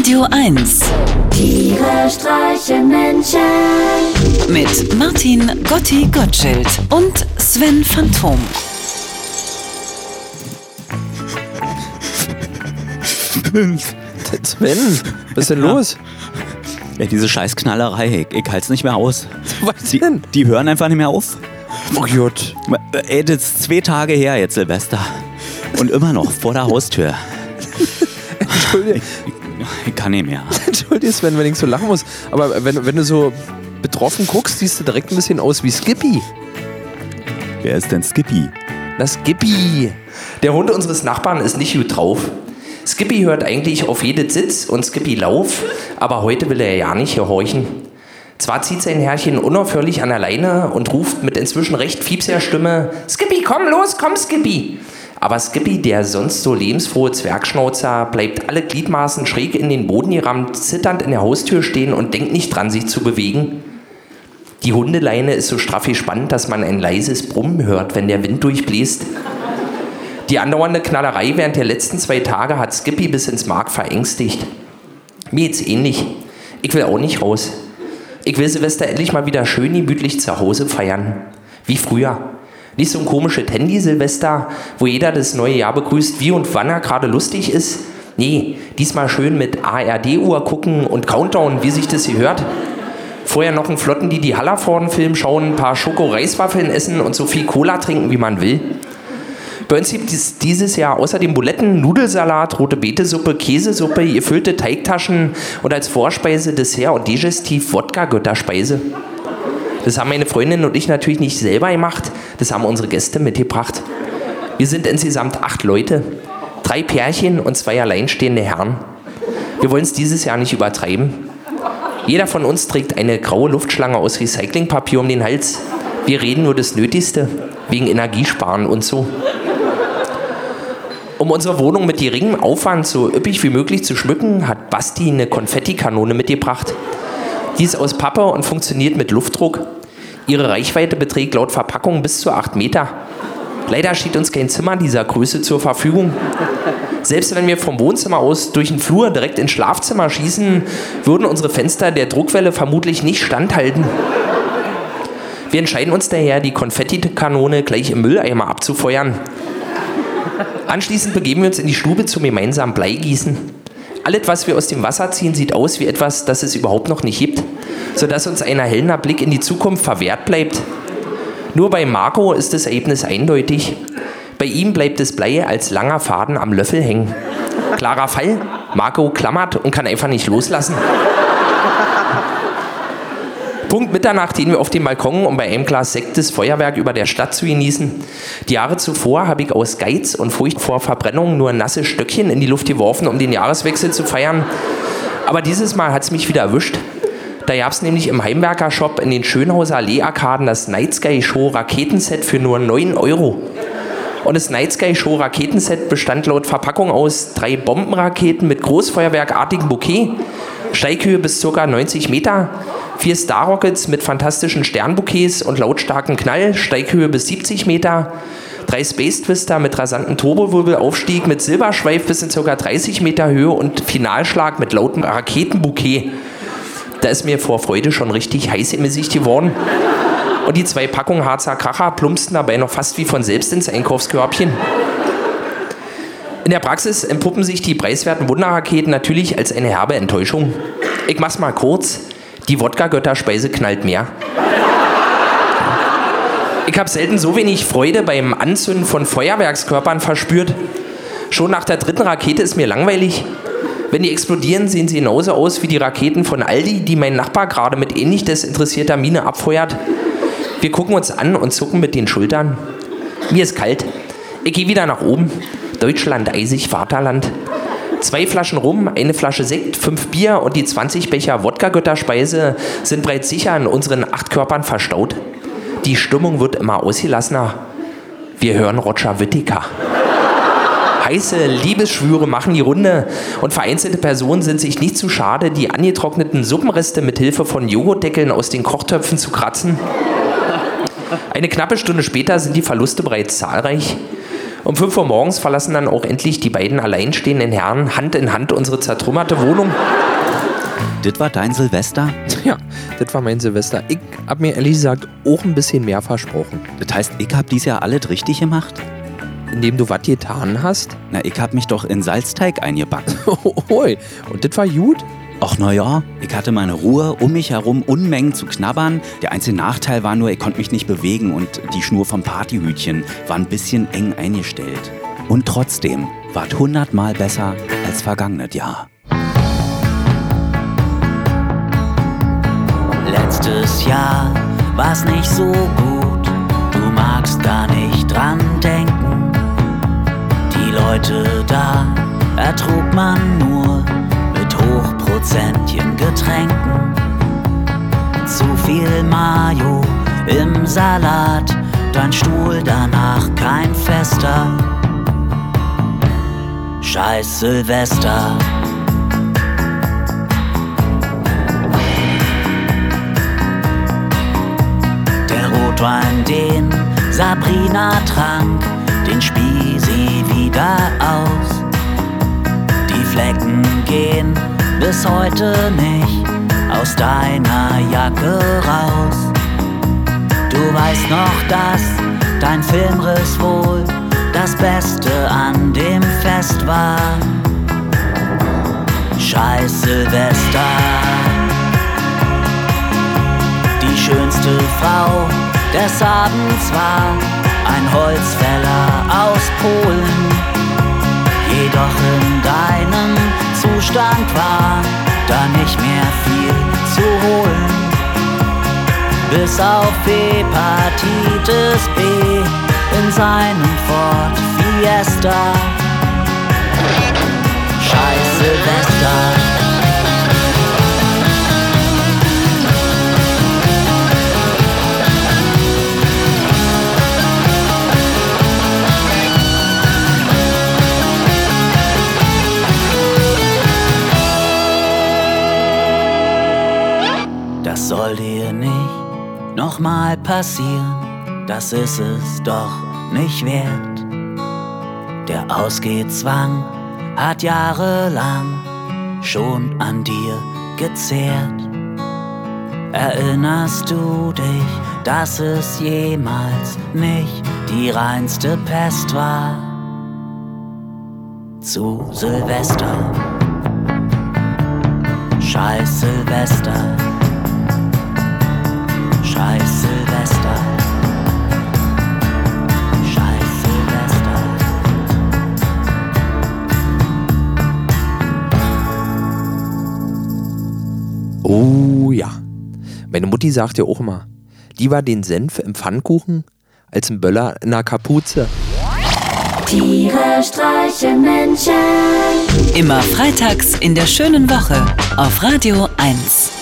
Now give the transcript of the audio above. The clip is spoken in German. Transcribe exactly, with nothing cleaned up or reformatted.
Radio eins. Tiere streichen Menschen. Mit Martin Gotti Gottschild und Sven Phantom. Sven, was ist denn Ja. los? Ja, diese Scheißknallerei, ich, ich halt's nicht mehr aus. Was Die, denn? die hören einfach nicht mehr auf. Oh Gott. Ey, das ist zwei Tage her jetzt, Silvester. Und immer noch vor der Haustür. Entschuldige, Ich kann nicht mehr. Entschuldige Sven, wenn ich so lachen muss. Aber wenn, wenn du so betroffen guckst, siehst du direkt ein bisschen aus wie Skippy. Wer ist denn Skippy? Na, Skippy. Der Hund unseres Nachbarn ist nicht gut drauf. Skippy hört eigentlich auf jedes Sitz und Skippy Lauf, aber heute will er ja nicht gehorchen. Zwar zieht sein Herrchen unaufhörlich an der Leine und ruft mit inzwischen recht fiepsiger Stimme: Skippy, komm los, komm Skippy! Aber Skippy, der sonst so lebensfrohe Zwergschnauzer, bleibt alle Gliedmaßen schräg in den Boden gerammt, zitternd in der Haustür stehen und denkt nicht dran, sich zu bewegen. Die Hundeleine ist so straff gespannt, dass man ein leises Brummen hört, wenn der Wind durchbläst. Die andauernde Knallerei während der letzten zwei Tage hat Skippy bis ins Mark verängstigt. Mir geht's ähnlich. Ich will auch nicht raus. Ich will Silvester endlich mal wieder schön gemütlich zu Hause feiern. Wie früher. Nicht so ein komisches Handy-Silvester, wo jeder das neue Jahr begrüßt, wie und wann er gerade lustig ist. Nee, diesmal schön mit A R D-Uhr gucken und Countdown, wie sich das gehört. Vorher noch einen flotten Didi Hallervorden-Film schauen, ein paar Schoko-Reiswaffeln essen und so viel Cola trinken, wie man will. Bei uns gibt es dieses Jahr außerdem Buletten, Nudelsalat, rote Betesuppe, Käsesuppe, gefüllte Teigtaschen und als Vorspeise, Dessert und Digestiv Wodka-Götterspeise. Das haben meine Freundin und ich natürlich nicht selber gemacht, das haben unsere Gäste mitgebracht. Wir sind insgesamt acht Leute, drei Pärchen und zwei alleinstehende Herren. Wir wollen es dieses Jahr nicht übertreiben. Jeder von uns trägt eine graue Luftschlange aus Recyclingpapier um den Hals. Wir reden nur das Nötigste, wegen Energiesparen und so. Um unsere Wohnung mit geringem Aufwand so üppig wie möglich zu schmücken, hat Basti eine Konfettikanone mitgebracht. Die ist aus Pappe und funktioniert mit Luftdruck. Ihre Reichweite beträgt laut Verpackung bis zu acht Meter. Leider steht uns kein Zimmer dieser Größe zur Verfügung. Selbst wenn wir vom Wohnzimmer aus durch den Flur direkt ins Schlafzimmer schießen, würden unsere Fenster der Druckwelle vermutlich nicht standhalten. Wir entscheiden uns daher, die Konfettikanone gleich im Mülleimer abzufeuern. Anschließend begeben wir uns in die Stube zum gemeinsamen Bleigießen. Alles, was wir aus dem Wasser ziehen, sieht aus wie etwas, das es überhaupt noch nicht gibt, sodass uns ein erhellender Blick in die Zukunft verwehrt bleibt. Nur bei Marco ist das Ergebnis eindeutig. Bei ihm bleibt das Blei als langer Faden am Löffel hängen. Klarer Fall, Marco klammert und kann einfach nicht loslassen. Punkt Mitternacht gehen wir auf den Balkon, um bei einem Glas Sekt das Feuerwerk über der Stadt zu genießen. Die Jahre zuvor habe ich aus Geiz und Furcht vor Verbrennung nur nasse Stöckchen in die Luft geworfen, um den Jahreswechsel zu feiern. Aber dieses Mal hat es mich wieder erwischt. Da gab es nämlich im Heimwerker-Shop in den Schönhauser Allee-Arkaden das Night Sky Show Raketenset für nur neun Euro. Und das Night Sky Show Raketenset bestand laut Verpackung aus drei Bombenraketen mit großfeuerwerkartigem Bouquet, Steighöhe bis ca. neunzig Meter, vier Star Rockets mit fantastischen Sternbouquets und lautstarken Knall, Steighöhe bis siebzig Meter, drei Space Twister mit rasantem Turbowirbelaufstieg mit Silberschweif bis in ca. dreißig Meter Höhe und Finalschlag mit lautem Raketenbouquet. Da ist mir vor Freude schon richtig heiß im Gesicht geworden. Und die zwei Packungen Harzer Kracher plumpsten dabei noch fast wie von selbst ins Einkaufskörbchen. In der Praxis entpuppen sich die preiswerten Wunderraketen natürlich als eine herbe Enttäuschung. Ich mach's mal kurz. Die Wodka-Götterspeise knallt mehr. Ich habe selten so wenig Freude beim Anzünden von Feuerwerkskörpern verspürt. Schon nach der dritten Rakete ist mir langweilig. Wenn die explodieren, sehen sie genauso aus wie die Raketen von Aldi, die mein Nachbar gerade mit ähnlich desinteressierter Miene abfeuert. Wir gucken uns an und zucken mit den Schultern. Mir ist kalt. Ich gehe wieder nach oben. Deutschland, eisig, Vaterland. Zwei Flaschen Rum, eine Flasche Sekt, fünf Bier und die zwanzig Becher Wodka-Götterspeise sind bereits sicher in unseren acht Körpern verstaut. Die Stimmung wird immer ausgelassener. Wir hören Roger Whittaker. Heiße Liebesschwüre machen die Runde und vereinzelte Personen sind sich nicht zu schade, die angetrockneten Suppenreste mit Hilfe von Joghurtdeckeln aus den Kochtöpfen zu kratzen. Eine knappe Stunde später sind die Verluste bereits zahlreich. Um fünf Uhr morgens verlassen dann auch endlich die beiden alleinstehenden Herren Hand in Hand unsere zertrümmerte Wohnung. Das war dein Silvester? Ja, das war mein Silvester. Ich hab mir ehrlich gesagt auch ein bisschen mehr versprochen. Das heißt, ich hab dies Jahr alles richtig gemacht? Indem du was getan hast? Na, ich hab mich doch in Salzteig eingebacken. Hoi, und das war gut? Ach na ja, ich hatte meine Ruhe, um mich herum Unmengen zu knabbern. Der einzige Nachteil war nur, ich konnte mich nicht bewegen und die Schnur vom Partyhütchen war ein bisschen eng eingestellt. Und trotzdem war es hundertmal besser als vergangenes Jahr. Letztes Jahr war's nicht so gut, du magst gar nicht dran denken. Die Leute da ertrug man nur mit hochprozentigen Getränken. Zu viel Mayo im Salat, dein Stuhl danach kein fester. Scheiß Silvester. Rotwein, den Sabrina trank, den spie sie wieder aus. Die Flecken gehen bis heute nicht aus deiner Jacke raus. Du weißt noch, dass dein Filmriss wohl das Beste an dem Fest war. Scheiß Silvester. Die schönste Frau des Abends war ein Holzfäller aus Polen. Jedoch in deinem Zustand war da nicht mehr viel zu holen. Bis auf Hepatitis B in seinem Ford Fiesta. Scheiß Silvester. Das soll dir nicht nochmal passieren, das ist es doch nicht wert. Der Ausgehzwang hat jahrelang schon an dir gezehrt. Erinnerst du dich, dass es jemals nicht die reinste Pest war? Zu Silvester. Scheiß Silvester. Scheiß Silvester. Scheiß Silvester. Oh ja. Meine Mutti sagt ja auch immer, lieber den Senf im Pfannkuchen als ein Böller in einer Kapuze. Tiere streichen Menschen. Immer freitags in der schönen Woche auf Radio eins.